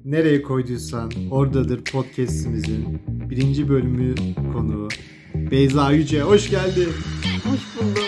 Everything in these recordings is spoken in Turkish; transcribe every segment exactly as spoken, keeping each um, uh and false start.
Nereye koyduysan oradadır podcast'imizin birinci bölümü konuğu Beyza Yüce. Hoş geldin. Hoş bulduk.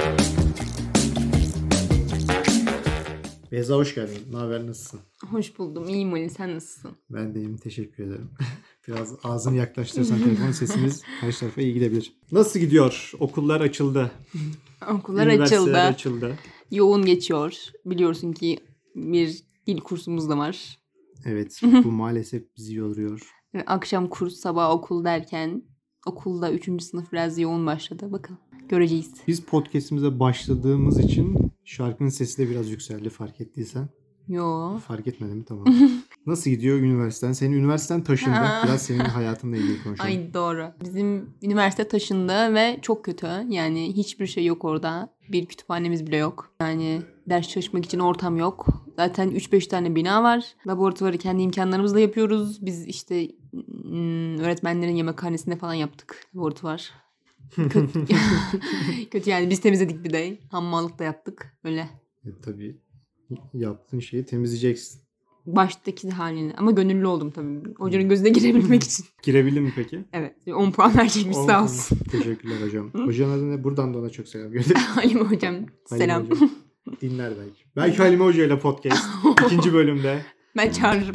Beyza hoş geldin. Ne haber, nasılsın? Hoş buldum. İyiyim Ali, sen nasılsın? Ben de iyiyim, teşekkür ederim. Biraz ağzını yaklaştırırsan telefon sesimiz karşı tarafa iyi gidebilir. Nasıl gidiyor? Okullar açıldı. Okullar açıldı. açıldı. Yoğun geçiyor. Biliyorsun ki bir dil kursumuz da var. Evet, bu maalesef bizi yoruyor. Akşam kurs, sabah okul derken okulda üçüncü sınıf biraz yoğun başladı. Bakın göreceğiz. Biz podcast'imize başladığımız için şarkının sesi de biraz yükseldi, fark ettiysen. Yo. Fark etmedim, tamam. Nasıl gidiyor üniversiten? Senin üniversiten taşındı. Biraz senin hayatınla ilgili konuşalım. Ay doğru. Bizim üniversite taşındı ve çok kötü. Yani hiçbir şey yok orada. Bir kütüphanemiz bile yok. Yani ders çalışmak için ortam yok. Zaten üç beş tane bina var. Laboratuvarı kendi imkanlarımızla yapıyoruz. Biz işte öğretmenlerin yemekhanesinde falan yaptık laboratuvar. Kötü. Kötü yani, biz temizledik bir de. Hammallık da yaptık. Öyle. E, tabii yaptığın şeyi temizleyeceksin. Baştaki halini. Ama gönüllü oldum tabii. Hocanın gözüne girebilmek için. Girebildin mi peki? Evet. on puan verecekmiş, sağ olsun. Teşekkürler hocam. Hocanın adı ne? Buradan da ona çok selam gönderiyorum. Halime hocam. Selam. Halime hocam. Dinler belki. Belki Halime Hoca ile podcast. ikinci bölümde. Ben çağırırım.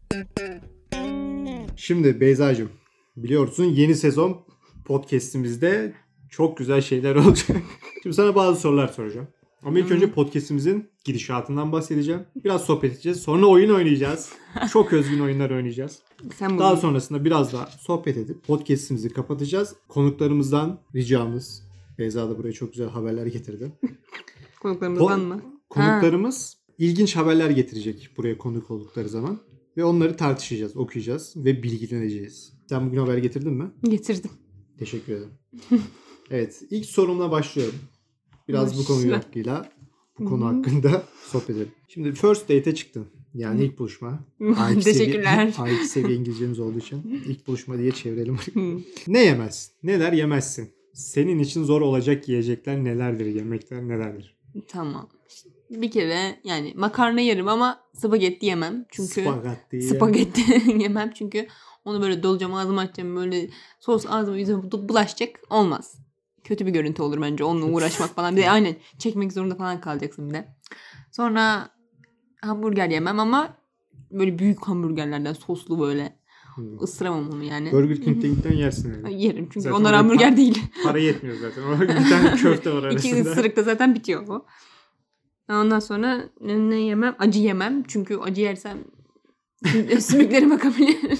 Şimdi Beyza'cığım, biliyorsun yeni sezon podcast'imizde çok güzel şeyler olacak. Şimdi sana bazı sorular soracağım. Ama ilk önce podcast'imizin gidişatından bahsedeceğim. Biraz sohbet edeceğiz. Sonra oyun oynayacağız. Çok özgün oyunlar oynayacağız. Sen Daha sonrasında biraz daha sohbet edip podcast'imizi kapatacağız. Konuklarımızdan ricamız. Beyza da buraya çok güzel haberler getirdi. Konuklarımızdan Ko- mı? Konuklarımız ha. ilginç haberler getirecek buraya konuk oldukları zaman. Ve onları tartışacağız, okuyacağız ve bilgileneceğiz. Sen bugün haber getirdin mi? Getirdim. Teşekkür ederim. Evet, ilk sorumla başlıyorum. Biraz Başla. bu konu hakkıyla, bu konu hakkında sohbet edelim. Şimdi first date'e çıktın. Yani ilk buluşma. A iki Teşekkürler. Seviye, A iki seviye İngilizcemiz olduğu için ilk buluşma diye çevirelim. Ne yemezsin? Neler yemezsin? Senin için zor olacak yiyecekler nelerdir? Yemekler nelerdir? Tamam. Bir kere yani makarna yerim ama spagetti yemem. Çünkü Spagetti. Spagetti yemem çünkü onu böyle dolacağım, ağzımı açacağım, böyle sos ağzıma yüzüme bulaşacak, olmaz. Kötü bir görüntü olur bence onunla uğraşmak falan. Bir de aynen çekmek zorunda falan kalacaksın bir de. Sonra hamburger yemem ama böyle büyük hamburgerlerden, soslu böyle. Hmm. Isıramam onu yani. Burger King'den yersin öyle. Yerim çünkü zaten onlar hamburger pa- değil. Para yetmiyor zaten. Bir tane köfte var arasında. İki ısırıkta zaten bitiyor bu. Ondan sonra ne, ne yemem? Acı yemem. Çünkü acı yersem sümüklerim akabilir.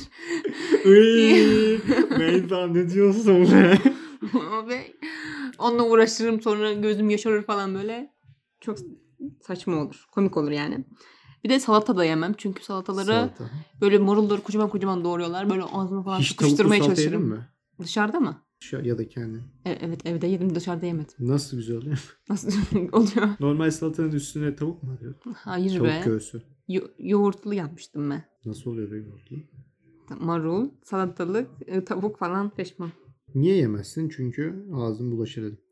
Iiii. Beyza ne diyorsun be? Ve onunla uğraşırım, sonra gözüm yaşarır falan böyle. Çok saçma olur. Komik olur yani. Bir de salata da yemem. Çünkü salataları salata. Böyle marulları kocaman kocaman doğruyorlar. Böyle ağzıma falan hiç sıkıştırmaya çalışırım. Hiç tavuklu salata yedin mi? Dışarıda mı? Ya da kendi. Evet, evet evde yedim, dışarıda yemedim. Nasıl güzel oluyor? Nasıl oluyor? Normal salatanın üstüne tavuk mu arıyor? Hayır tavuk be. Tavuk göğsü. Yo- yoğurtlu yapmıştım ben. Nasıl oluyor be yoğurtlu? Marul, salatalık, tavuk falan peşman. Niye yemezsin? Çünkü ağzın bulaşır dedim.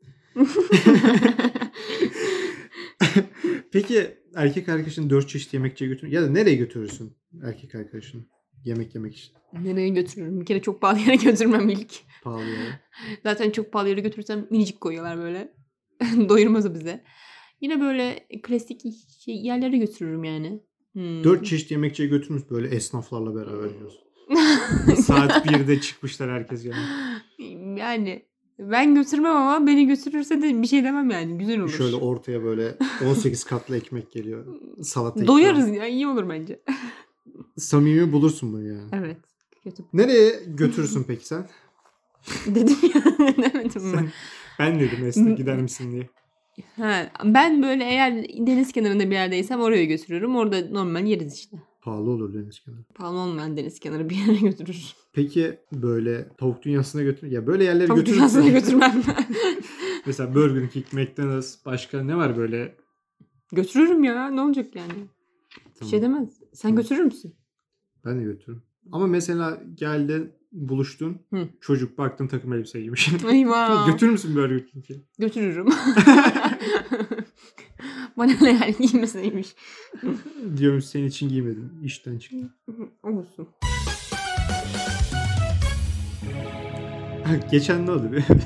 Peki erkek arkadaşını dört çeşit yemekçiye götür ya da nereye götürürsün erkek arkadaşını yemek yemek için? Nereye götürürüm? Bir kere çok pahalı yere götürmem ilk. Pahalı yere. Zaten çok pahalı yere götürürsem minicik koyuyorlar böyle. Doyurmaz o bize. Yine böyle klasik şey, yerlere götürürüm yani. Hmm. Dört çeşit yemekçiye götürmüş böyle esnaflarla beraber yiyoruz. Saat birde çıkmışlar herkes yani. Yani ben götürmem ama beni götürürse de bir şey demem yani. Güzel olur. Şöyle ortaya böyle on sekiz katlı ekmek geliyor. Salata. Doyarız ya, iyi olur bence. Samimi bulursun bunu yani. Evet. Kötü. Nereye götürürsün peki sen? Dedim ya. Demedim mi? Ben dedim Esna gider misin diye. Ha, ben böyle eğer deniz kenarında bir yerdeysem oraya götürürüm. Orada normal yeriz işte. Pahalı olur deniz kenarı. Pahalı olmayan deniz kenarı bir yere götürür. Peki böyle tavuk dünyasına götür. Ya böyle yerlere tavuk götürürsün. Tavuk dünyasına götürmem ben. Mesela Burger King, McDonald's, başka ne var böyle? Götürürüm ya. Ne olacak yani? Tamam. Bir şey demez. Sen tamam. Götürür müsün? Ben de götürürüm. Ama mesela geldin, buluştun. Hı. Çocuk baktın takım elbise giymiş. Eyvah. Götürür müsün Burger King'e? Götürürüm. Bana ne yani giymeseymiş. Diyorum senin için giymedim. İşten çıktım. Olsun. Geçen ne oldu?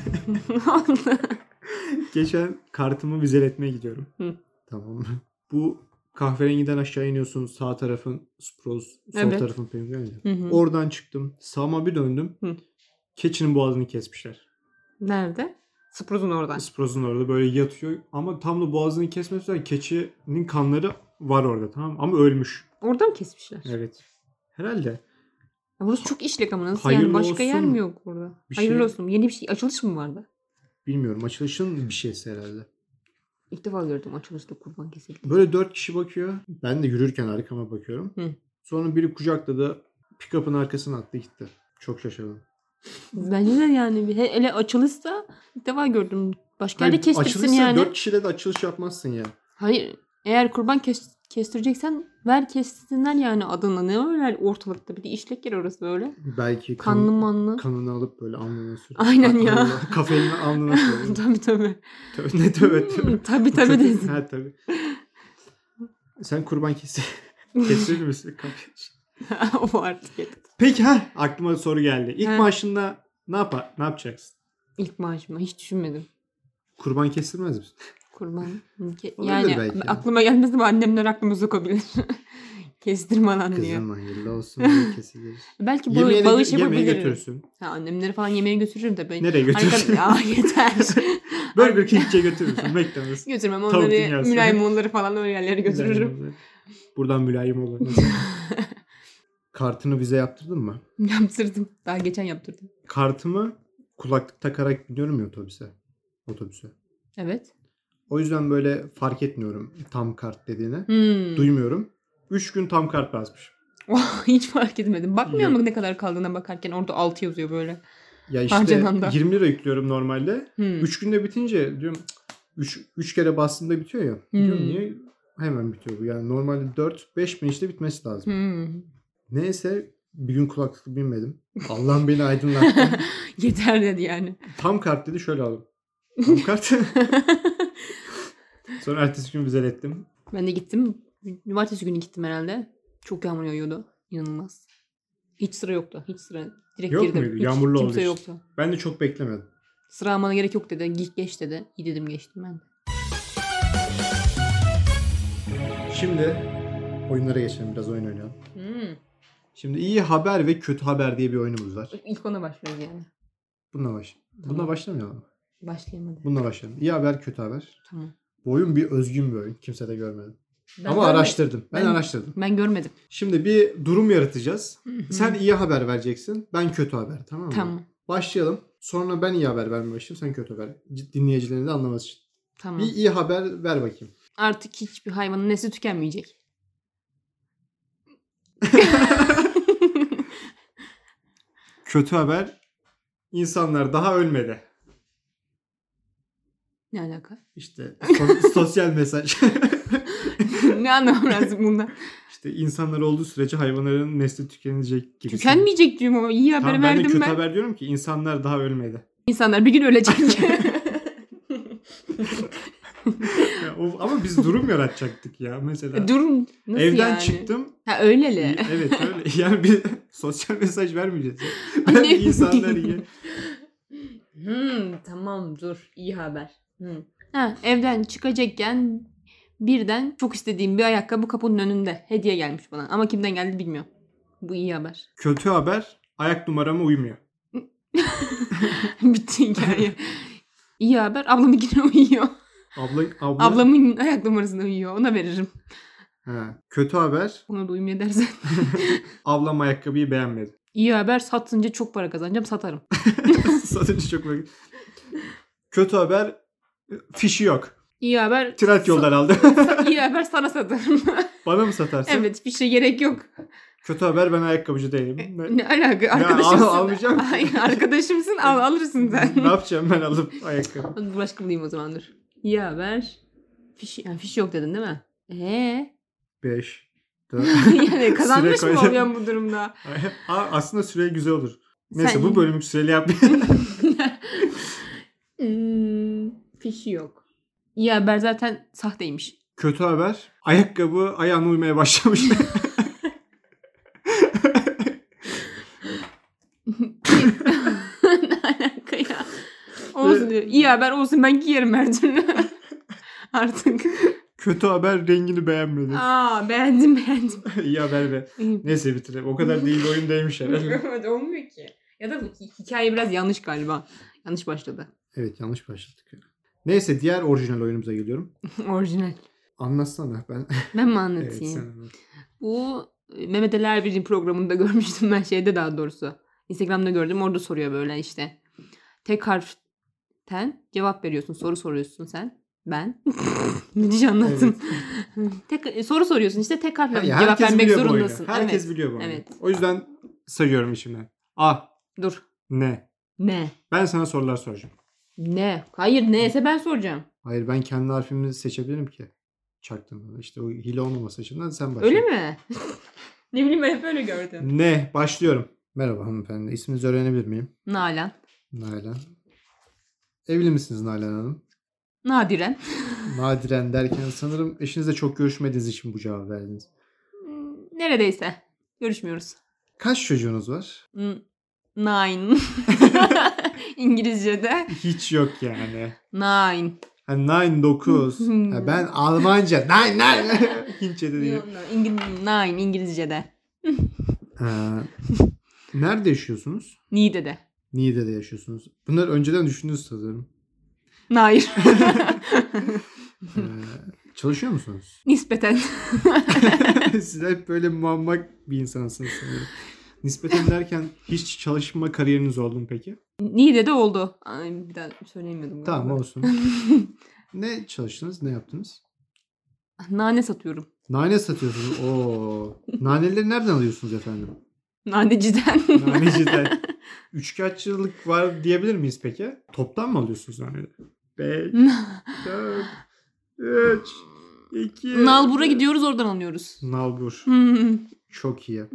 Geçen kartımı vizeletmeye gidiyorum. Hı. Tamam mı? Bu kahverengiden aşağı iniyorsun. Sağ tarafın Spross, sol Evet. tarafın penguen. Hı hı. Oradan çıktım. Sağıma bir döndüm. Hı. Keçinin boğazını kesmişler. Nerede? Sprout'un oradan. Spross'un orada böyle yatıyor. Ama tam da boğazını kesmemişler. Keçinin kanları var orada, tamam mı? Ama ölmüş. Orada mı kesmişler? Evet. Herhalde. Ya burası çok işlek ama nasıl Hayırlı yani? Başka yer olsun. mi yok burada? Bir Hayırlı şey- olsun. Yeni bir şey. Açılış mı vardı? Bilmiyorum. Açılışın bir şeysi herhalde. İlk defa gördüm açılışta kurban kesildi. Böyle dört kişi bakıyor. Ben de yürürken arkama bakıyorum. Hı. Sonra biri kucakladı. Pick-up'ın arkasına attı gitti. Çok şaşırdım. Bence de yani bir- hele açılışsa ilk defa gördüm. Başka yerde Hayır, kestirsin açılışsa yani. dört kişiyle de açılış yapmazsın ya. Hayır. Eğer kurban kes, kestireceksen ver kestirsinler yani adına. Ne öyle ortalıkta bir de işlek yer orası böyle. Belki Kanlı kan, manlı. kanını alıp böyle alnına sür. Aynen ya. Kafeini alnına sür. tabii tabii. Tövbe, ne tövbe tövbe. Hmm, tabii Bu tabii kötü- dedim. Ha tabii. Sen kurban kes kesilir misin? o artık yeter. Peki ha aklıma soru geldi. İlk Ha. maaşında ne yapar? Ne yapacaksın? İlk maaşıma hiç düşünmedim. Kurban kestirmez misin? Kurban. Ke- Olabilir yani belki. aklıma gelmez ama annemler aklıma sokabilir. Kestirme lan diyor. Kızım hayırlı olsun diye kesilir. Belki bu Yemeğe, bağış yemeğe yapabilirim. götürürsün. Ha, annemleri falan yemeğe götürürüm tabii. Nereye götürürsün? Arka... Ya yeter. Burger King'e götürürsün. McDonald's. Götürmem Tavuk onları, dünyası. mülayim onları falan öyle yerlere götürürüm. Mülayim olur. Buradan mülayim olur. Mesela. Kartını vize yaptırdın mı? Yaptırdım. Daha geçen yaptırdım. Kartımı kulaklık takarak gidiyorum ya otobüse. Otobüse. Evet. O yüzden böyle fark etmiyorum tam kart dediğini. Hmm. Duymuyorum. üç gün tam kart basmış. Oh, hiç fark etmedim. Bakmıyor Yok. mu ne kadar kaldığına bakarken orada altı yazıyor böyle. Ya işte Harcanan da. yirmi lira yüklüyorum normalde. Hmm. üç günde bitince diyorum üç kere bastığımda bitiyor ya. Hmm. Diyorum niye hemen bitiyor bu? Yani normalde dört beş bin işte bitmesi lazım. Hmm. Neyse bir gün kulaklık binmedim. Allah'ım beni aydınlattı. Yeter dedi yani. Tam kart dedi şöyle aldım. Tam kart. Sonra ertesi gün vizelettim. Ben de gittim. Cumartesi günü gittim herhalde. Çok yağmur yağıyordu. İnanılmaz. Hiç sıra yoktu. Hiç sıra. Direkt Yok girdim. muydu? Hiç Yağmurlu kimse olduğu için. yoktu. Ben de çok beklemedim. Sıra almana gerek yok dedi. Git geç dedi. İyi dedim geçtim ben de. Şimdi oyunlara geçelim. Biraz oyun oynayalım. Hmm. Şimdi iyi haber ve kötü haber diye bir oyunumuz var. İlk ona başlıyoruz yani. Bununla baş. Bununla Tamam. başlamayalım. Başlayamadı. Bununla başlayalım. İyi haber, kötü haber. Tamam. Bu oyun bir özgün bir oyun. Kimse de görmedi. Ben Ama görmedim. araştırdım. Ben, Ben- araştırdım. Ben görmedim. Şimdi bir durum yaratacağız. Hı hı. Sen iyi haber vereceksin. Ben kötü haber. Tamam mı? Tamam. Başlayalım. Sonra ben iyi haber vermeye başlayayım. Sen kötü haber. Dinleyicilerin de anlaması için. Tamam. Bir iyi haber ver bakayım. Artık hiçbir hayvanın nesli tükenmeyecek. Kötü haber. İnsanlar daha ölmedi. Ne alaka? İşte so- sosyal mesaj. Ne anlamam lazım bundan? İşte insanlar olduğu sürece hayvanların nesli tükenecek gibi. Tükenmeyecek diyorum ama iyi haber Tamam, ben de verdim kötü ben. haber diyorum ki insanlar daha ölmedi. İnsanlar bir gün ölecek. Ya, of, ama biz durum yaratacaktık ya mesela. Durum nasıl Evden yani? çıktım. Ha öyleli. İyi- evet öyle. Yani bir sosyal mesaj vermeyeceğiz. Ne? Yani insanlar iyi. Hmm, tamam dur. İyi haber. Hmm. Ha, evden çıkacakken birden çok istediğim bir ayakkabı kapının önünde. Hediye gelmiş bana. Ama kimden geldi bilmiyorum. Bu iyi haber. Kötü haber ayak numarama uymuyor. Bitti hikaye. İyi haber. Ablam yine uyuyor. Abla, abla, Ablamın ayak numarasına uyuyor. Ona veririm. Ha, kötü haber Ona da uymuyor dersen. ablam ayakkabıyı beğenmedi. İyi haber satınca çok para kazanacağım. Satarım. Satınca çok böyle. Kötü haber fişi yok. İyi haber. Trend yoldan aldı. İyi haber sana satarım. Bana mı satarsın? Evet fişe gerek yok. Kötü haber ben ayakkabıcı değilim. Ben- Ne alaka? al- Arkadaşımsın. almayacağım. Hayır arkadaşımsın. Al, alırsın sen. ne yapacağım ben alıp ayakkabı? Başka bulayım o zaman dur. İyi haber. Fiş, yani fiş yok dedin değil mi? Eee? beş. dört. Yani kazanmış Süre mı koydum. oluyorum bu durumda? Aa, aslında süre güzel olur. Neyse Sen- bu bölümü süreli yapmayalım. hmm, fişi yok. İyi haber zaten sahteymiş. Kötü haber ayakkabı ayağına uymaya başlamış. İyi haber olsun, ben giyerim her türlü. Artık. Kötü haber rengini beğenmedim. Aa, beğendim beğendim. İyi haber be. Neyse bitirelim. O kadar değil oyun değilmiş herhalde. Evet, olmuyor ki. Ya da hi- hikaye biraz yanlış galiba. Yanlış başladı. Evet, yanlış başladık. Neyse diğer orijinal oyunumuza geliyorum. Orijinal. Anlatsana ben. Ben mi Evet, anlatayım? sen anlat. Bu Mehmet Ali Erbil'in programında görmüştüm ben, şeyde daha doğrusu. Instagram'da gördüm, orada soruyor böyle işte. Tek harften cevap veriyorsun, soru soruyorsun sen. Ben. Müthiş anlattım. Tek, soru soruyorsun işte, tek harfle Hayır, cevap herkes vermek biliyor bu oyunu. zorundasın. Herkes Evet. biliyor bu oyunu. Evet. O yüzden sayıyorum içimden. A. Dur. Ne? Ne? Ben sana sorular soracağım. Ne? Hayır, neyse ben soracağım. Hayır, ben kendi harfimi seçebilirim ki. Çaktım. İşte o hile olmaması açısından sen başla. Öyle mi? Ne bileyim, ben hep öyle gördüm. Ne? Başlıyorum. Merhaba hanımefendi. İsminizi öğrenebilir miyim? Nalan. Nalan. Evli misiniz Nalan Hanım? Nadiren. Nadiren derken sanırım eşinizle çok görüşmediğiniz için bu cevabı verdiniz. Neredeyse. Görüşmüyoruz. Kaç çocuğunuz var? N- Nine. İngilizce'de. Hiç yok yani. Nine. Ha, nine, dokuz. Ha, ben Almanca. Nine, nine. Hintçe'de değil. No, no, İngil- Nine İngilizce'de. Ha, nerede yaşıyorsunuz? Niğde'de. Niğde'de yaşıyorsunuz. Bunları önceden düşündünüz sanırım. Hayır. Ee, çalışıyor musunuz? Nispeten. Siz hep böyle muammak bir insansınız sanırım. Nispeten derken hiç çalışma kariyeriniz oldu mu peki? Niğde'de oldu. Ay, bir daha söyleyemiyordum. Tamam, galiba. olsun. Ne çalıştınız? Ne yaptınız? Nane satıyorum. Nane satıyorsunuz. Oo. Naneleri nereden alıyorsunuz efendim? Naneciden. Naneciden. Üçkağıtçılık var diyebilir miyiz peki? Toptan mı alıyorsunuz naneleri? beş, dört, üç, iki... Nalbur'a gidiyoruz, oradan alıyoruz. Nalbur. Hmm. Çok iyi.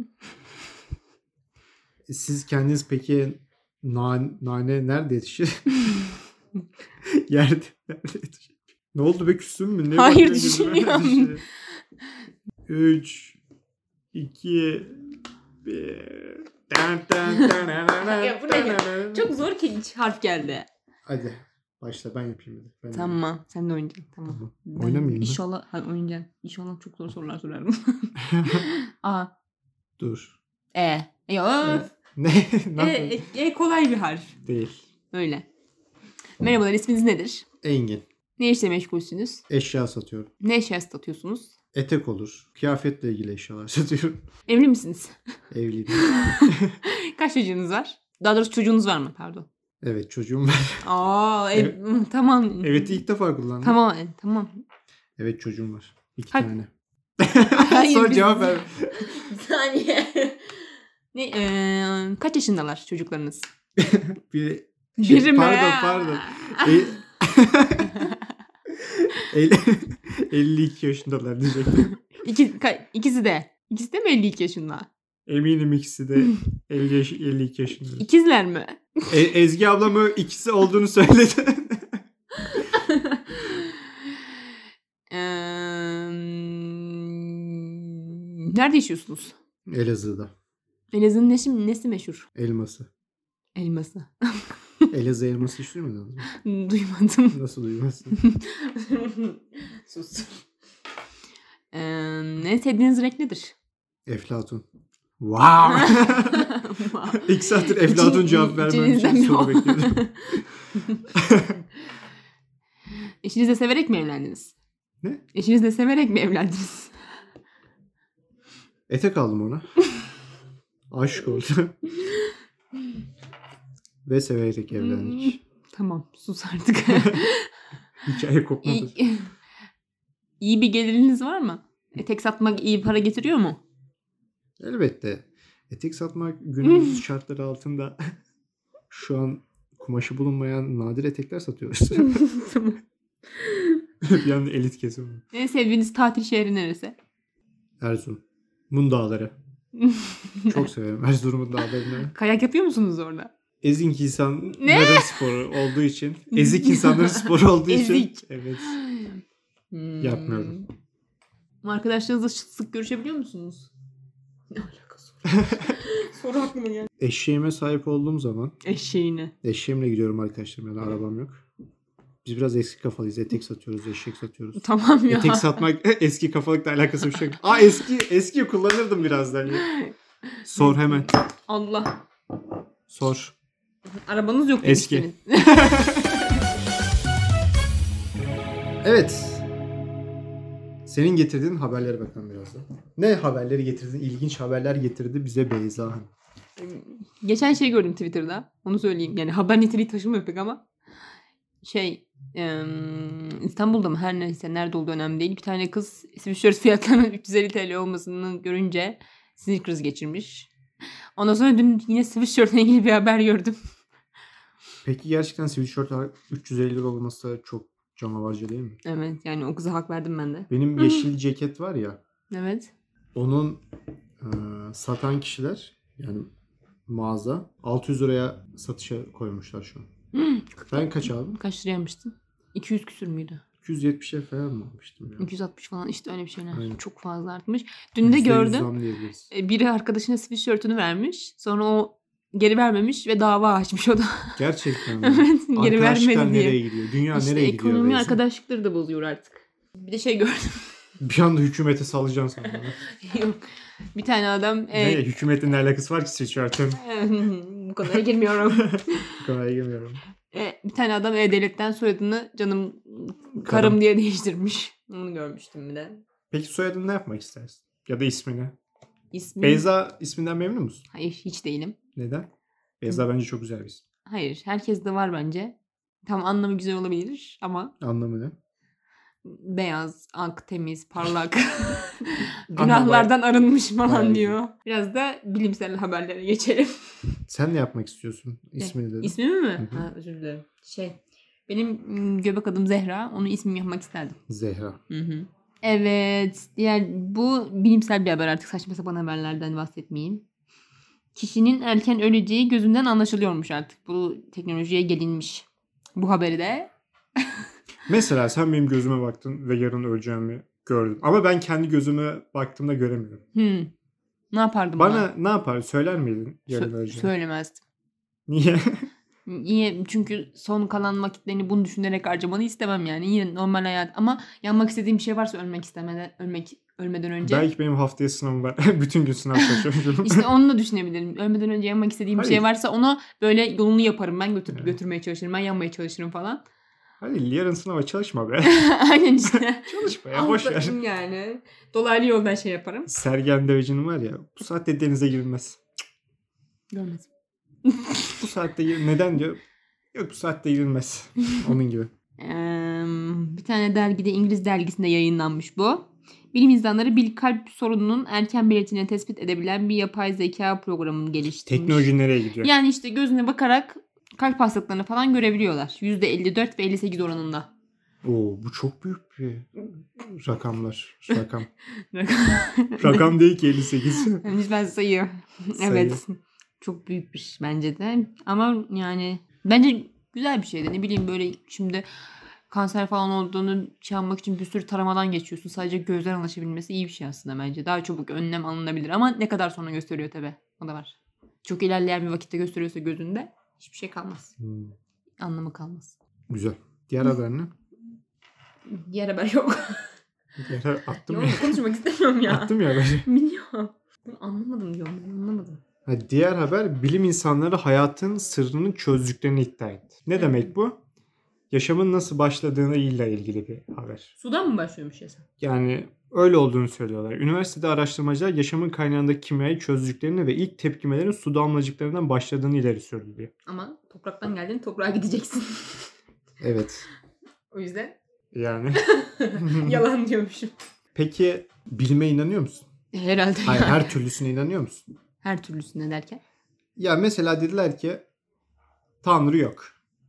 Siz kendiniz peki nane, nane nerede yetişir? Yerde nerede yetişir? Ne oldu be, küstün mü? Ne Hayır, bakıyorsun düşünüyorum. gözüme? üç, iki, bir... Ya bu ne ya? Çok zor ki hiç harf geldi. Hadi başla, ben yapayım hadi. Ben Tamam, sen de oynayacaksın. Tamam. Tamam. Ben Oynamayayım mı? İnşallah ha, oynayacaksın. İnşallah çok zor sorular sorarım. A. Dur. E. Ya öf. Ne? Ne E, yapıyorsun? e, e kolay bir harf. Değil. Öyle. Merhabalar, isminiz nedir? Engin. Ne işle meşgulsünüz? Eşya satıyorum. Ne eşya satıyorsunuz? Etek olur. Kıyafetle ilgili eşyalar satıyorum. Evli misiniz? Evliyim. Kaç çocuğunuz var? Daha doğrusu çocuğunuz var mı? Pardon. Evet, çocuğum var. Aa, ev, tamam. Evet, ilk defa kullandım. Tamam, e, tamam. Evet, çocuğum var. İki Hadi. tane. Hayır, Sor biz- cevap ver. Bir saniye. Ne, e, kaç yaşındalar çocuklarınız? Bir Biri mi? Pardon pardon. E- El- elli iki yaşındalar diyecektim. İki, ka- ikisi de. İkisi de mi elli iki yaşında? Eminim ikisi de elli yaş- elli iki yaşında. İkizler mi? E- Ezgi ablamı ikisi olduğunu söyledi. Eee, nerede yaşıyorsunuz? Elazığ'da. Elazığ'ın nesi, nesi meşhur? Elması. Elması. Elazığ elması hiç duymadınız mı? Duymadım. Nasıl duymazsın? Sus. Eee, en sevdiğiniz renk nedir? Eflatun. Wow. Wow. İlk saattir Eflatun İçin- cevap vermem içinizden için bir soru o. bekliyordum. Eşinizle severek mi evlendiniz? Ne? Eşinizle severek mi evlendiniz? Etek aldım ona. Aşık oldu. Ve severek evlendik. Tamam, sus artık. Hikaye kopmadı. İyi, iyi bir geliriniz var mı? Etek satmak iyi para getiriyor mu? Elbette. Etek satmak günümüz şartları altında şu an kumaşı bulunmayan nadir etekler satıyoruz. Tamam. Bir anda elit kesim. En sevdiğiniz tatil şehri neresi? Erzurum. Mun Dağları. Çok severim Erzurum'un dağlarını. Kayak yapıyor musunuz orada? Ezik insanların Ne? sporu olduğu için. Ezik insanların sporu olduğu için. Ezik. Evet. Hmm. Yapmıyorum. Arkadaşlarınızla sık sık görüşebiliyor musunuz? Ne alakası var? Soru aklıma geldi. Eşeğime sahip olduğum zaman Eşeğine. eşeğimle gidiyorum arkadaşlarım, yani arabam yok. Biz biraz eski kafalıyız. Etek satıyoruz, eşek satıyoruz. Tamam ya. Etek satmak eski kafalıkla alakası bir şey yok. Aa eski eski kullanırdım birazdan ya. Sor hemen. Allah. Sor. Arabanız yok Eski. demiştiniz. Evet. Senin getirdiğin haberlere bakalım birazdan. Ne haberleri getirdin? İlginç haberler getirdi bize Beyza Hanım. Geçen şey gördüm Twitter'da. Onu söyleyeyim. Yani haber niteliği taşımıyor pek ama. Şey e, İstanbul'da mı her neyse nerede olduğu önemli değil. Bir tane kız sweatshirt fiyatlarının üç yüz elli TL olmasını görünce sinir krizi geçirmiş. Ondan sonra dün yine sweatshirt'le ilgili bir haber gördüm. Peki gerçekten sweatshirt üç yüz elli lira olması çok canavarca değil mi? Evet yani o kıza hak verdim ben de. Benim yeşil ceket var ya. Evet. Onun e, satan kişiler yani mağaza altı yüz liraya satışa koymuşlar şu an. Sen kaç aldın? Kaç liraya almıştın? iki yüz küsür müydü? iki yüz yetmişe falan mı almıştım ya? iki yüz altmış falan işte öyle bir şeyler. Aynen. Çok fazla artmış. Dün de gördüm. Diyebiliriz. Biri arkadaşına sweatshirt'ünü vermiş. Sonra o geri vermemiş ve dava açmış o da. Gerçekten mi? Evet, geri Arkadaşlıklar vermedi diye. nereye gidiyor? Dünya İşte nereye gidiyor? ekonomi Beyza? arkadaşlıkları da bozuyor artık. Bir de şey gördüm. Bir anda hükümete salacaksın sen bana. Yok. Bir tane adam Ne? e, Hükümetin ne alakası var ki sweatshirt'ın? bu konuya girmiyorum. Bu konuya girmiyorum. E, bir tane adam E-Devlet'ten soyadını canım karım, Karım. diye değiştirmiş. Onu görmüştüm bir de. Peki soyadını ne yapmak istersin? Ya da ismini? İsmi... Beyza isminden memnun musun? Hayır hiç değilim. Neden? Beyza bence çok güzel bir isim. Hayır herkes de var bence. Tam anlamı güzel olabilir ama Anlamı ne? beyaz, ak, temiz, parlak, günahlardan arınmış falan Bayağı diyor. Biraz da bilimsel haberlere geçelim. Sen ne yapmak istiyorsun? İsmini dedim. İsmimi mi? Hı hı. Ha, özür dilerim. Şey, benim mm, göbek adım Zehra. Onu ismim yapmak isterdim. Zehra. Hı hı. Evet, diğer bu bilimsel bir haber artık saçma sapan haberlerden bahsetmeyeyim. Kişinin erken öleceği gözünden anlaşılıyormuş artık. Bu teknolojiye gelinmiş. Bu haberi de Mesela sen benim gözüme baktın ve yarın öleceğimi gördün. Ama ben kendi gözüme baktığımda göremiyorum. hmm, ne yapardım Bana ne yapar? Söyler miydin yarın Sö- öleceğimi? söylemezdim. Niye? Niye? Çünkü son kalan vakitlerini bunu düşünerek harcamanı istemem yani. Yine normal hayat ama yanmak istediğim bir şey varsa ölmek istemeden ölmek ölmeden önce. Belki benim haftaya sınavım var. Bütün gün sınav çalışıyorum. İşte onu da düşünebilirim. Ölmeden önce yanmak istediğim bir Hayır. şey varsa onu böyle yolunu yaparım. Ben götür Evet. götürmeye çalışırım. Ben yanmaya çalışırım falan. Hadi yarın sınava çalışma be. Aynen işte. Çalışma ya boş ver. Anladım yani. Dolaylı yoldan şey yaparım. Sergen Deveci'nin var ya bu saatte denize girilmez. Görmedim. Bu saatte gir- neden diyor? Yok bu saatte girilmez. Onun gibi. Ee, bir tane dergide İngiliz dergisinde yayınlanmış bu. Bilim insanları bir kalp sorununun erken belirtilerini tespit edebilen bir yapay zeka programını geliştirmiş. Teknoloji nereye gidiyor? Yani işte gözüne bakarak kalp hastalıklarını falan görebiliyorlar. yüzde elli dört ve elli sekiz oranında. Oo bu çok büyük bir rakamlar. Rakam. Rakam değil ki elli sekiz. Lütfen sayıyor. Sayıyor. Evet. Çok büyükmüş bence de. Ama yani bence güzel bir şeydi. Ne bileyim böyle şimdi kanser falan olduğunu şey yapmak için bir sürü taramadan geçiyorsun. Sadece gözden ulaşabilmesi iyi bir şey aslında bence. Daha çabuk önlem alınabilir. Ama ne kadar sonra gösteriyor tabii. O da var. Çok ilerleyen bir vakitte gösteriyorsa gözünde hiçbir şey kalmaz. Hmm, Anlamı kalmaz. güzel. Diğer haber ne? Diğer haber yok. Diğer haber attım Yok ya. konuşmak istemiyorum ya. Attım ya haberi. Biliyorum. Bunu anlamadım diyorum ben anlamadım. Ha, diğer haber bilim insanları hayatın sırrını çözdüklerini iddia etti. Ne Hı. demek bu? Yaşamın nasıl başladığıyla ilgili bir haber. Sudan mı başlıyormuş yaşam? Yani öyle olduğunu söylüyorlar. Üniversitede araştırmacılar yaşamın kaynağındaki kimyayı çözdüklerini ve ilk tepkimelerin su damlacıklarından başladığını ileri sürdü. Ama topraktan geldin toprağa gideceksin. Evet. O yüzden Yani. yalan diyormuşum. Peki bilime inanıyor musun? Herhalde. Hayır, yani. her türlüsüne inanıyor musun? Her türlüsüne derken. Ya mesela dediler ki Tanrı yok.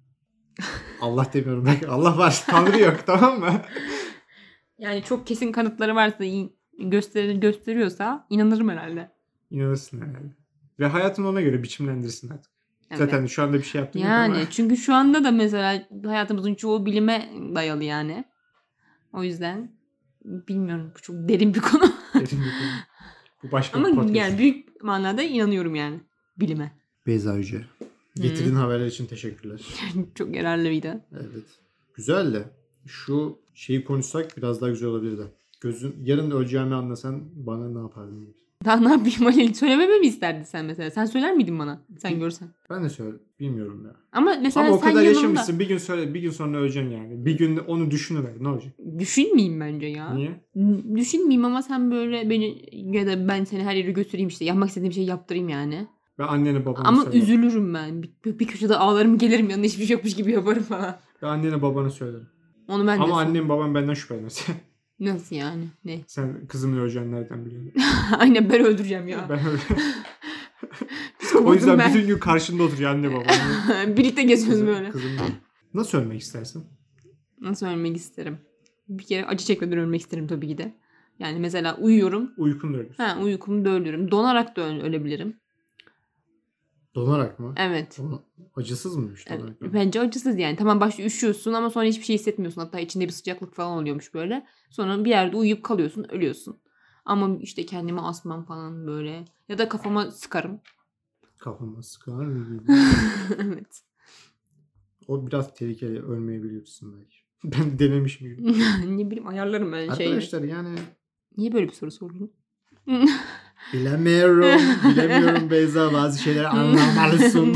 Allah demiyorum. Ben. Allah var. Tanrı yok tamam mı? Yani çok kesin kanıtları varsa gösterir, gösteriyorsa inanırım herhalde. İnanırsın herhalde. Ve hayatını ona göre biçimlendirsin artık. Evet. Zaten şu anda bir şey yaptın Yani ama. çünkü şu anda da mesela hayatımızın çoğu bilime dayalı yani. O yüzden bilmiyorum bu çok derin bir konu. Derin bir konu. Bu başka bir Ama podcast. yani büyük manada inanıyorum yani bilime. Beyza Yüce. Getirdiğin haberler için teşekkürler. Çok yararlıydı. Evet. Güzel de şu şeyi konuşsak biraz daha güzel olabilirdi. Gözün, yarın öleceğimi anlasan bana ne yapardın? Daha ne yapayım Halil? Söylememi mi isterdin sen mesela? Sen söyler miydin bana? Sen görsen. Ben de söyle. Bilmiyorum ya. Ama mesela Ama o sen kadar yanımda... yaşamışsın. Bir gün söyle, bir gün sonra öleceksin yani. Bir gün onu düşünüver. Ne olacak? Düşünmeyeyim bence ya. Niye? N- Düşünmeyeyim ama sen böyle beni ya da ben seni her yere götüreyim işte. Yapmak istediğim şeyi yaptırayım yani. Ben annene babana Ama söylerim. üzülürüm ben. Bir, bir köşede ağlarım gelirim yanında hiçbir şey yokmuş gibi yaparım falan. Ben annene babana söylerim. Onu ben de Ama söyleyeyim. annem babam benden şüphelenirse. Nasıl yani? Ne? Sen kızımın öleceğini nereden biliyorsun? Aynen ben öldüreceğim ya. Ben öyle. Psikopatum O yüzden ben. bütün gün karşında oturuyor anne babam. Birlikte geziyoruz Kızım, böyle. kızım benim. Nasıl ölmek istersin? Nasıl ölmek isterim? Bir kere acı çekmeden ölmek isterim tabii ki de. Yani mesela uyuyorum. Uykunda ölürsün. Ha, uykumda ölürüm. Donarak da öl- ölebilirim. Donarak mı? Evet. Ama acısız mıymış Evet, donarak? bence acısız yani. Tamam başta üşüyorsun ama sonra hiçbir şey hissetmiyorsun. Hatta içinde bir sıcaklık falan oluyormuş böyle. Sonra bir yerde uyuyup kalıyorsun, ölüyorsun. Ama işte kendimi asmam falan böyle. Ya da kafama sıkarım. Kafama sıkar mı? Evet. O biraz tehlikeli. Ölmeyebilirsin belki. Ben denemişim gibi. Ne bileyim ayarlarım ben şeyi. Arkadaşlar yani Niye böyle bir soru sordun? bilemiyorum. Bilemiyorum Beyza. Bazı şeyleri anlamalısın.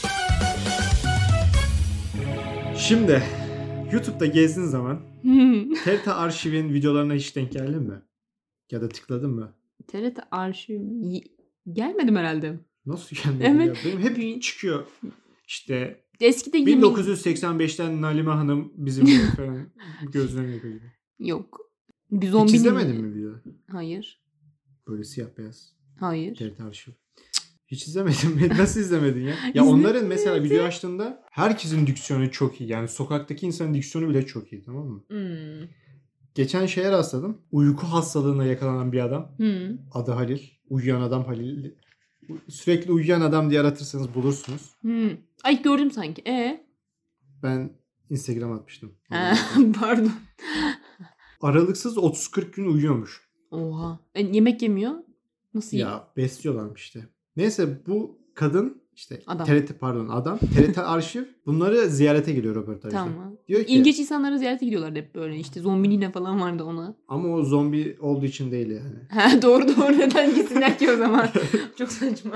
Şimdi YouTube'da gezdiğin zaman T R T Arşiv'in videolarına hiç denk geldin mi? Ya da tıkladın mı? T R T arşiv Y- gelmedim herhalde. Nasıl gelmedi Evet. ya? Benim hep çıkıyor. İşte Eskide yemin... bin dokuz yüz seksen beşten Nalime Hanım bizim falan gözlerini yapıyor gibi. Yok. Bir Hiç zombi izlemedin mi video? Hayır. Böyle siyah beyaz. Hayır. T R T Arşiv. Hiç izlemedin mi? Nasıl izlemedin ya? Ya İzledim onların mesela evet. video açtığında herkesin diksiyonu çok iyi. Yani sokaktaki insanın diksiyonu bile çok iyi, tamam mı? Hmm. Geçen şeye rastladım. Uyku hastalığına yakalanan bir adam. Hmm. Adı Halil. Uyuyan adam Halil. Sürekli uyuyan adam diye aratırsanız bulursunuz. Hmm. Ay gördüm sanki. E. Ben Instagram atmıştım. Ha, pardon. Aralıksız otuz kırk gün uyuyormuş. Oha. E, yemek yemiyor. Nasıl ya? Ya besliyorlarmış işte. Neyse bu kadın işte Adam. T R T pardon adam T R T Arşiv bunları ziyarete geliyor röportajda. Tamam. Diyor ki İlginç insanları ziyarete gidiyorlar hep böyle. İşte zombiniyle falan vardı ona. ama o zombi olduğu için değil yani. Ha, doğru doğru neden gitsinler ki o zaman? Çok saçma.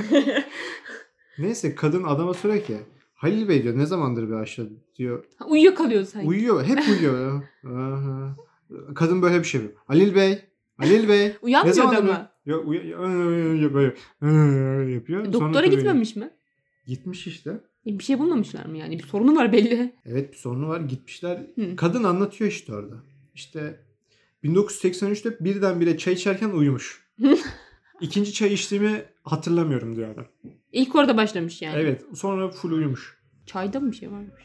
Neyse kadın adama soruyor ki Halil Bey diyor ne zamandır bir aşağı diyor. Ha, uyuyor kalıyor sanki. Uyuyor. Hep uyuyor. Aha. Kadın böyle bir şey yapıyor. Halil Bey. Halil Bey. Uyanmıyor ne zamandır ama. bir- Yok uy- böyle yapıyor. Sonra Doktora tabii- gitmemiş mi? Gitmiş işte. E, bir şey bulmamışlar mı yani? Bir sorunu var belli. Evet bir sorunu var. Gitmişler. Hı. Kadın anlatıyor işte orada. İşte bin dokuz yüz seksen üçte birdenbire çay içerken uyumuş. İkinci çay içtiğimi hatırlamıyorum diyor adam. İlk orada başlamış yani. Evet. Sonra full uyumuş. Çayda mı bir şey varmış?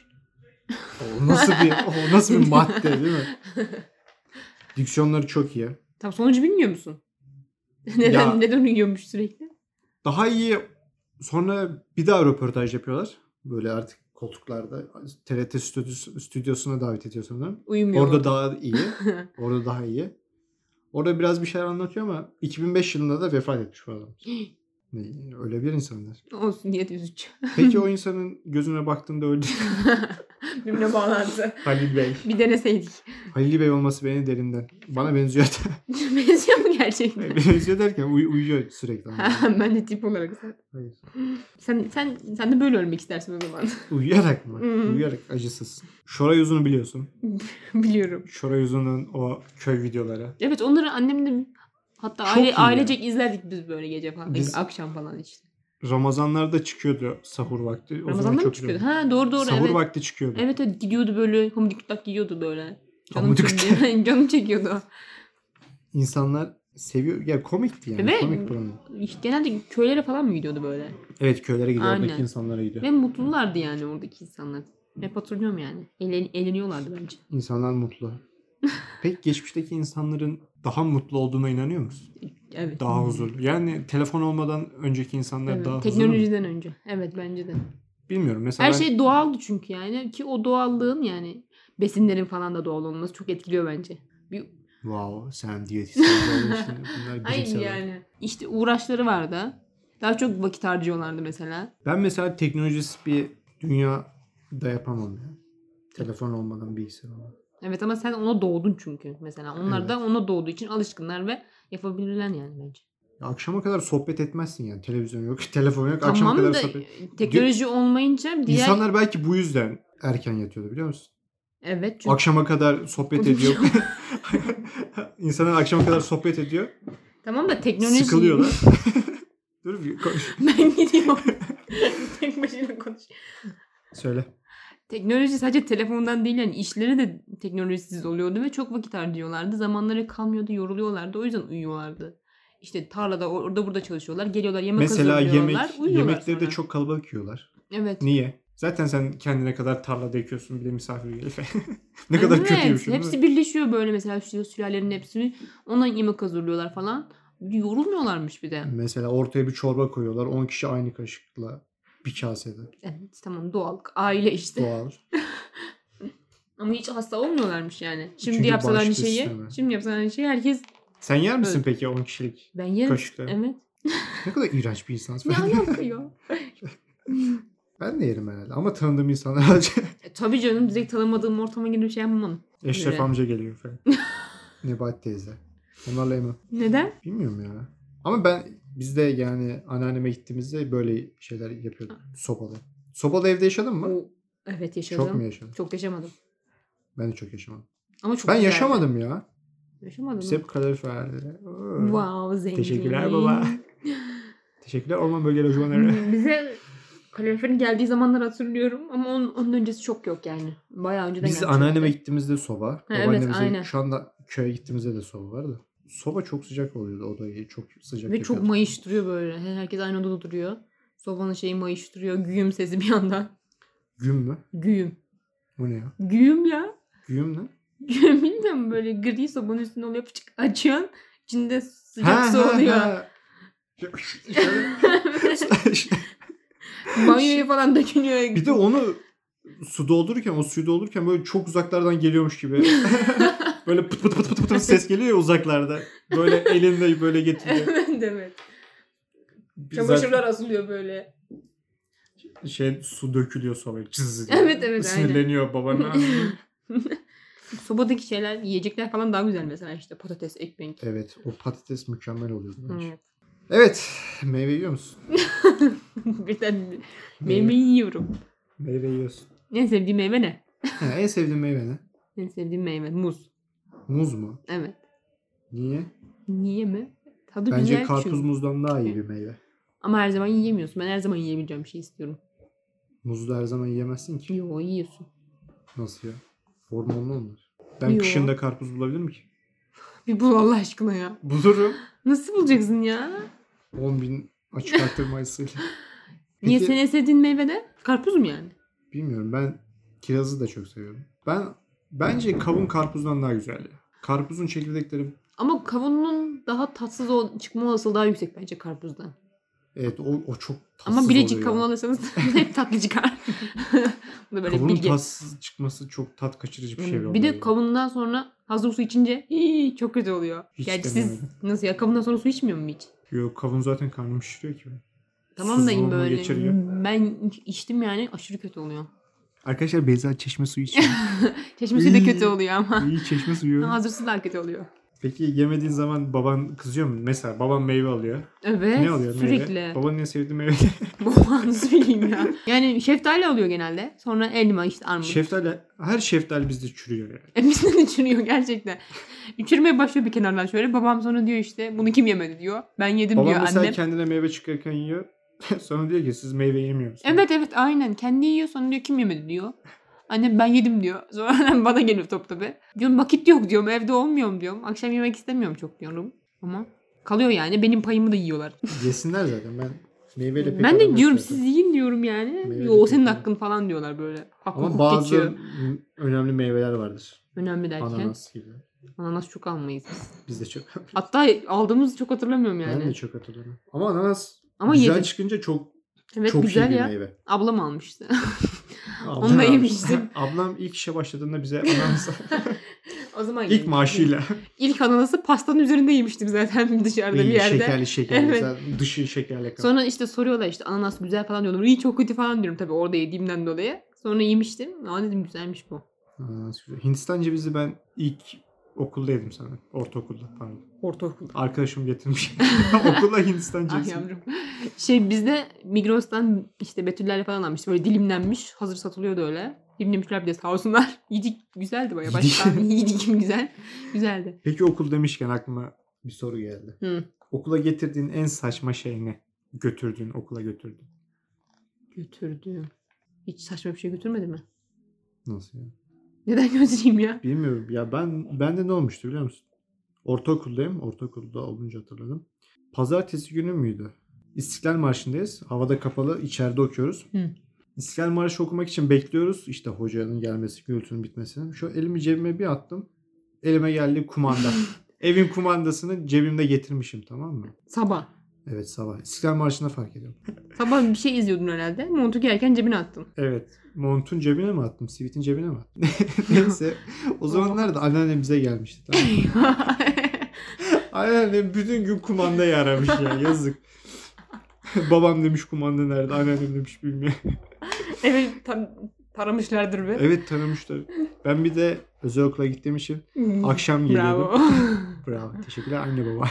O nasıl bir o nasıl bir madde değil mi? Diksiyonları çok iyi. Tam sonucu bilmiyor musun? neden Ya- neden uyuyormuş sürekli? Daha iyi sonra bir daha röportaj yapıyorlar. Böyle artık koltuklarda T R T stüdyosu, stüdyosuna davet ediyor sanırım. Uyumuyor. Orada daha iyi. Orada daha iyi. Orada biraz bir şeyler anlatıyor ama iki bin beş yılında da vefat etmiş bu adam. Ne, öyle bir insanlar. Olsun niyet üzücü. Peki o insanın gözüne baktığında öldü. Birbirine bağlantı. Halil Bey. Bir deneseydik. Halil Bey olması beni derinden. Bana benziyor. Benziyor mu gerçekten? benziyor derken uy- uyuyor sürekli. Ben de tip olarak sen. Hayır. Sen sen sen de böyle ölmek istersin o zaman. Uyuyarak mı? Hmm. Uyuyarak acısız. Şoray Uzun'u biliyorsun. Biliyorum. Şoray Uzun'un o köy videoları. Evet onları annemle hatta Çok aile, iyi ailecek izlerdik biz böyle gece falan. Biz- Akşam falan işte. Ramazanlarda çıkıyordu sahur vakti. O zaman Ramazan'da mı çok çıkıyordu? güzel. Ha doğru doğru Sahur evet. vakti çıkıyordu. Evet evet gidiyordu böyle hımdıktak gidiyordu böyle. Canım Hımdık çekti. Canım çekiyordu. İnsanlar seviyor. Ya komikti yani. Ve Komik buranın. işte genelde köylere falan mı gidiyordu böyle? Evet köylere gidiyor. Aynen. Oradaki insanlara gidiyor. Ve mutlulardı yani oradaki insanlar. Hep hatırlıyorum yani. Eğlen, eğleniyorlardı bence. İnsanlar mutlu. Peki geçmişteki insanların daha mutlu olduğuna inanıyor musun? Evet. Daha huzurlu. Yani telefon olmadan önceki insanlar Evet, daha huzurlu. teknolojiden önce. Evet bence de. Bilmiyorum. Mesela Her ben- şey doğaldı çünkü yani. Ki o doğallığın yani besinlerin falan da doğal olması çok etkiliyor bence. Bir... Wow sen diyetisyen olduğun için bunlar Aynı bilimsel. yani. İşte uğraşları vardı. Daha çok vakit harcıyorlardı mesela. Ben mesela teknolojisi bir dünyada yapamam ya. Telefon olmadan bilgisayar olmadan. Evet ama sen ona doğdun çünkü mesela. Onlar Evet. da ona doğduğu için alışkınlar ve yapabilirler yani bence. Ya akşama kadar sohbet etmezsin yani. Televizyon yok, telefon yok. Tamam Akşama kadar da sohbet. teknoloji olmayınca diğer... İnsanlar belki bu yüzden erken yatıyordu biliyor musun? Evet çünkü... Akşama kadar sohbet ediyor. İnsanlar akşama kadar sohbet ediyor. Tamam da teknoloji... Sıkılıyorlar. Dur bir konuş. Ben gidiyorum. Tek başına konuş. Söyle. Teknoloji sadece telefondan değil yani işleri de teknolojisiz oluyordu ve çok vakit harcıyorlardı. Zamanları kalmıyordu, yoruluyorlardı. O yüzden uyuyorlardı. İşte tarlada orada burada çalışıyorlar. Geliyorlar yemek Mesela hazırlıyorlar. yemek, Uyuyorlar yemekleri sonra. de çok kalabalık yiyorlar. Evet. Niye? Zaten sen kendine kadar tarlada ekiyorsun bir de misafir gelip. Ne kadar evet, kötüymüşsün. hepsi birleşiyor böyle mesela şu sülalerin hepsini. Ondan yemek hazırlıyorlar falan. Yorulmuyorlarmış bir de. Mesela ortaya bir çorba koyuyorlar. on kişi aynı kaşıkla bir kasede. Evet tamam doğal. Aile işte. Doğal. Ama hiç hasta olmuyorlarmış yani. Şimdi Çünkü yapsalar aynı bağışıklık şeyi. sistemi. Şimdi yapsalar aynı şeyi herkes. Sen yer misin Evet. peki on kişilik Ben yerim. kaşıkları? Evet. Ne kadar iğrenç bir insansın. Ne alaka ya? Ben de yerim herhalde ama tanıdığım insanlar alacak. E, tabii canım direkt tanımadığım ortama girip şey yapmam. Eşref Öyle. amca geliyor falan. Nebahat teyze. Onlarla yemem. Neden? Bilmiyorum ya. Ama ben biz de yani anneanneme gittiğimizde böyle şeyler yapıyorduk. Sobalı. Sobalı evde yaşadın mı? O, evet yaşadım. Çok mu yaşadın? Çok yaşamadım. Ben de çok yaşamadım. Ama çok Ben güzeldi. yaşamadım ya. Yaşamadım. Biz hep kaloriferdi. Wow zengin. Teşekkürler baba. Teşekkürler Orman Bölge Lojmanları. Bize kaloriferin geldiği zamanları hatırlıyorum ama onun, onun öncesi çok yok yani. Bayağı önceden Biz gelmiş anneanneme oldu. gittiğimizde soba. Ha, evet, Babaannemize aynen. şu anda köye gittiğimizde de soba vardı. Soba çok sıcak oluyordu odayı. Çok sıcak Ve yapıyordu. çok mayıştırıyor böyle. Herkes aynı odada duruyor. Sobanın şeyi mayıştırıyor. Güğüm sesi bir yandan. Gün mü? Güğüm. Bu ne ya? Güğüm ya. Güğüm ne? Güğüm bilmiyorum böyle gri sobanın üstünde oluyor. Pıçık açıyorsun. İçinde sıcak su oluyor. Ha. Şöyle- Banyoya falan dökülüyor. Bir de onu su doldururken, o suyu doldururken böyle çok uzaklardan geliyormuş gibi. Böyle pıt pıt pıt pıt pıt ses geliyor ya uzaklarda. Böyle elinde böyle getiriyor. evet evet. Biz Çamaşırlar asılıyor böyle. zaten Şey su dökülüyor sobaya. Cız diye. Evet, evet, Sinirleniyor babana. Sobadaki şeyler, yiyecekler falan daha güzel mesela işte patates, ekmek. Evet, o patates mükemmel oluyordu bence. Evet. Evet, meyve yiyor musun? Birden meyve yiyorum. Meyve yiyorsun. En sevdiğim meyve ne? Ha, en sevdiğin meyve ne? En sevdiğim meyve muz. Muz mu? Evet. Niye? Niye mi? Tadı Bence güzel karpuz çünkü. muzdan daha iyi bir meyve. Ama her zaman yiyemiyorsun. Ben her zaman yiyebileceğim bir şey istiyorum. Muzu da her zaman yiyemezsin ki. Yo yiyorsun. Nasıl ya? Hormonlu onlar. Ben Yo. kışın da karpuz bulabilirim ki. Bir bul Allah aşkına ya. Bulurum. Nasıl bulacaksın ya? on bin açık arttırmayısıyla. Niye Peki, senin en sevdiğin meyve ne? Karpuz mu yani? bilmiyorum, ben kirazı da çok seviyorum. Ben bence kavun karpuzdan daha güzel ya. Karpuzun çekirdekleri, Ama kavunun daha tatsız ol- çıkma olasılığı daha yüksek bence karpuzdan. evet o, o çok tatsız Ama bilecik oluyor kavun ya. alırsanız hep tatlı çıkar. Bu da böyle Kavunun bilgi. tatsız çıkması çok tat kaçırıcı bir şey oluyor. Bir de ya. kavundan sonra hazır su içince hii, çok kötü oluyor. Hiç Gerçi siz denemedim. nasıl ya kavundan sonra su içmiyor mu hiç? Yok, kavun zaten karnımı şişiriyor ki. Tamam dayım Susuzluğumu böyle. geçiriyor. Ben içtim yani aşırı kötü oluyor. Arkadaşlar Beyza çeşme suyu içiyor. Çeşme suyu da İyi. kötü oluyor ama. İyi çeşme suyu. Hazır su daha kötü oluyor. Peki yemediğin zaman baban kızıyor mu? Mesela baban meyve alıyor. Evet Ne alıyor sürekli. meyve? Babanın en sevdiği meyve. Baban nasıl bileyim ya. Yani şeftali alıyor genelde. Sonra elma işte armut. Şeftali, her şeftali bizde çürüyor yani. E bizden de çürüyor gerçekten. Çürümeye başlıyor bir kenardan şöyle. Babam sonra diyor işte bunu kim yemedi diyor. Ben yedim Babam diyor mesela annem. kendine meyve çıkarken yiyor. Sonra diyor ki siz meyve yemiyorsunuz. Evet evet aynen. Kendi yiyor sonra diyor kim yemedi diyor. Annem ben yedim diyor. Sonra annem bana geliyor top tabi. Diyorum vakit yok diyorum. Evde olmuyorum diyorum. Akşam yemek istemiyorum çok diyorum. Ama kalıyor yani. Benim payımı da yiyorlar. Yesinler zaten. Ben meyveyle pek Ben de aram diyorum yok zaten. siz yiyin diyorum yani. Meyveyle Yo, o pek senin aram. hakkın falan diyorlar böyle. Hak Ama hukuk bazı geçiyor. m- önemli meyveler vardır. Önemli derken. Ananas. Ananas gibi. Ananas çok almayız biz. Biz de çok. Hatta aldığımızı çok hatırlamıyorum yani. Ben de çok hatırlıyorum. Ama ananas Ama güzel yedim. çıkınca çok Evet çok güzel iyi bir ya. meyve. Ablam almıştı. Ablam, Onu da yemiştim. Ablam ilk işe başladığında bize ananas O zaman ilk yedim. maaşıyla. İlk ananası pastanın üzerinde yemiştim zaten dışarıda bir İyi, yerde. şekerli şekerli. Evet. Zaten dışı şekerli. Sonra işte soruyorlar işte ananas güzel falan diyorlar. İyi çok kötü falan diyorum tabii orada yediğimden dolayı. Sonra yemiştim. Aa dedim güzelmiş bu. Ha, Hindistan cevizi ben ilk okulda yedim sana. Ortaokulda pardon. Ortaokulda. Arkadaşım getirmiş. Okulda Hindistan Ay cevizi. yavrum. Şey bizde Migros'tan işte Betüllerle falan almış. Böyle dilimlenmiş. Hazır satılıyordu öyle. Dilimlemişler bir de sağ olsunlar. Yedik. Güzeldi bayağı. Baştan yedik güzel. Güzeldi. Peki okul demişken aklıma bir soru geldi. Hı. Okula getirdiğin en saçma şey ne? Götürdüğün, okula götürdün. Götürdüm. Hiç saçma bir şey götürmedi mi? Nasıl ya? Neden götüreyim ya? Bilmiyorum. Ya ben bende ne olmuştu biliyor musun? Ortaokuldayım. Ortaokulda olunca hatırladım. Pazartesi günü müydü? İstiklal Marşı'ndayız. Havada kapalı. İçeride okuyoruz. Hı. İstiklal Marşı okumak için bekliyoruz. İşte hocanın gelmesi, gürültünün bitmesini. Şu elimi cebime bir attım. Elime geldi kumanda. Evin kumandasını cebimde getirmişim, tamam mı? Sabah. Evet, sabah. İstiklal Marşı'nda fark ediyorum. Sabah bir şey izliyordun herhalde. Montu giyerken cebine attın. Evet. Montun cebine mi attım? Sivitin cebine mi attım? Neyse. O zamanlar da anneannem bize gelmişti. Tamam mı? Anneannem bütün gün kumandayı aramış ya. Yazık. Babam demiş kumanda nerede? Anneannem demiş bilmiyorum. Evet tam taramışlardır be. Evet, tanımışlar. Ben bir de özel okula gittiğim için akşam geliyordum. Bravo. Bravo. Teşekkürler anne baba.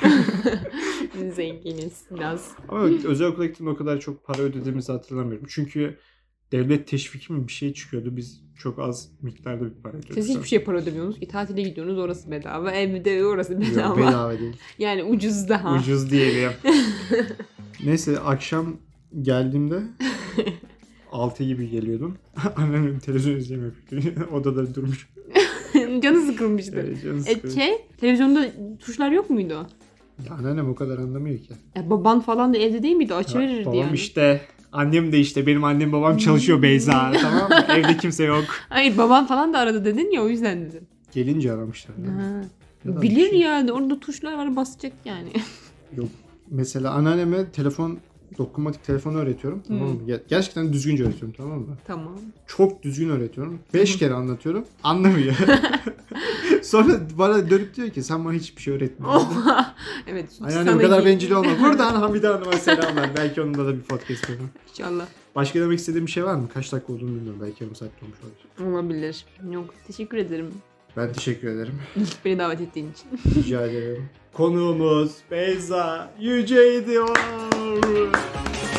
Zenginiz biraz. Ama özel okula gittiğimde o kadar çok para ödediğimizi hatırlamıyorum. Çünkü devlet teşviki mi bir şey çıkıyordu. Biz çok az miktarda bir para ödüyorduk. Siz hiçbir şey para ödemiyorsunuz ki. Tatile gidiyorsunuz orası bedava. Evde orası bedava. Yok, bedava değil. Yani ucuz daha. Ucuz diyelim. Neyse akşam geldiğimde altı gibi geliyordum. Annem televizyon izlemiyor. Odada durmuş. Canı sıkılmıştır. Evet, canı E sıkılmış. şey, televizyonda tuşlar yok muydu? Ya anneannem o kadar anlamıyor ki. E, baban falan da evde değil miydi? Açıverirdi Babam yani. işte. Annem de işte. Benim annem babam çalışıyor Beyza. Tamam mı? Evde kimse yok. Hayır baban falan da aradı dedin ya o yüzden dedim. Gelince aramışlar. Yani. Ha. Ya da Bilir bir şey- yani orada tuşlar var basacak yani. Yok. Mesela anneanneme telefon, dokunmatik telefonu öğretiyorum. Tamam mı? Ger- Gerçekten düzgünce öğretiyorum, tamam mı? Tamam. Çok düzgün öğretiyorum. Beş kere anlatıyorum. Anlamıyor. Sonra bana dönüp diyor ki sen bana hiçbir şey öğretmiyorsun. Evet. suç Anneannem sana bu kadar geliyor. bencil olma. Buradan Hamide Hanım'a selamlar. Belki onunla da bir podcast yaparım. İnşallah. Başka demek istediğim bir şey var mı? Kaç dakika olduğunu bilmiyorum. Belki yarım saat olmuş olabilir. Olabilir. Yok teşekkür ederim. Ben teşekkür ederim. İlk beni davet ettiğin için. Rica ederim. Konuğumuz Beyza Yüce'ydi.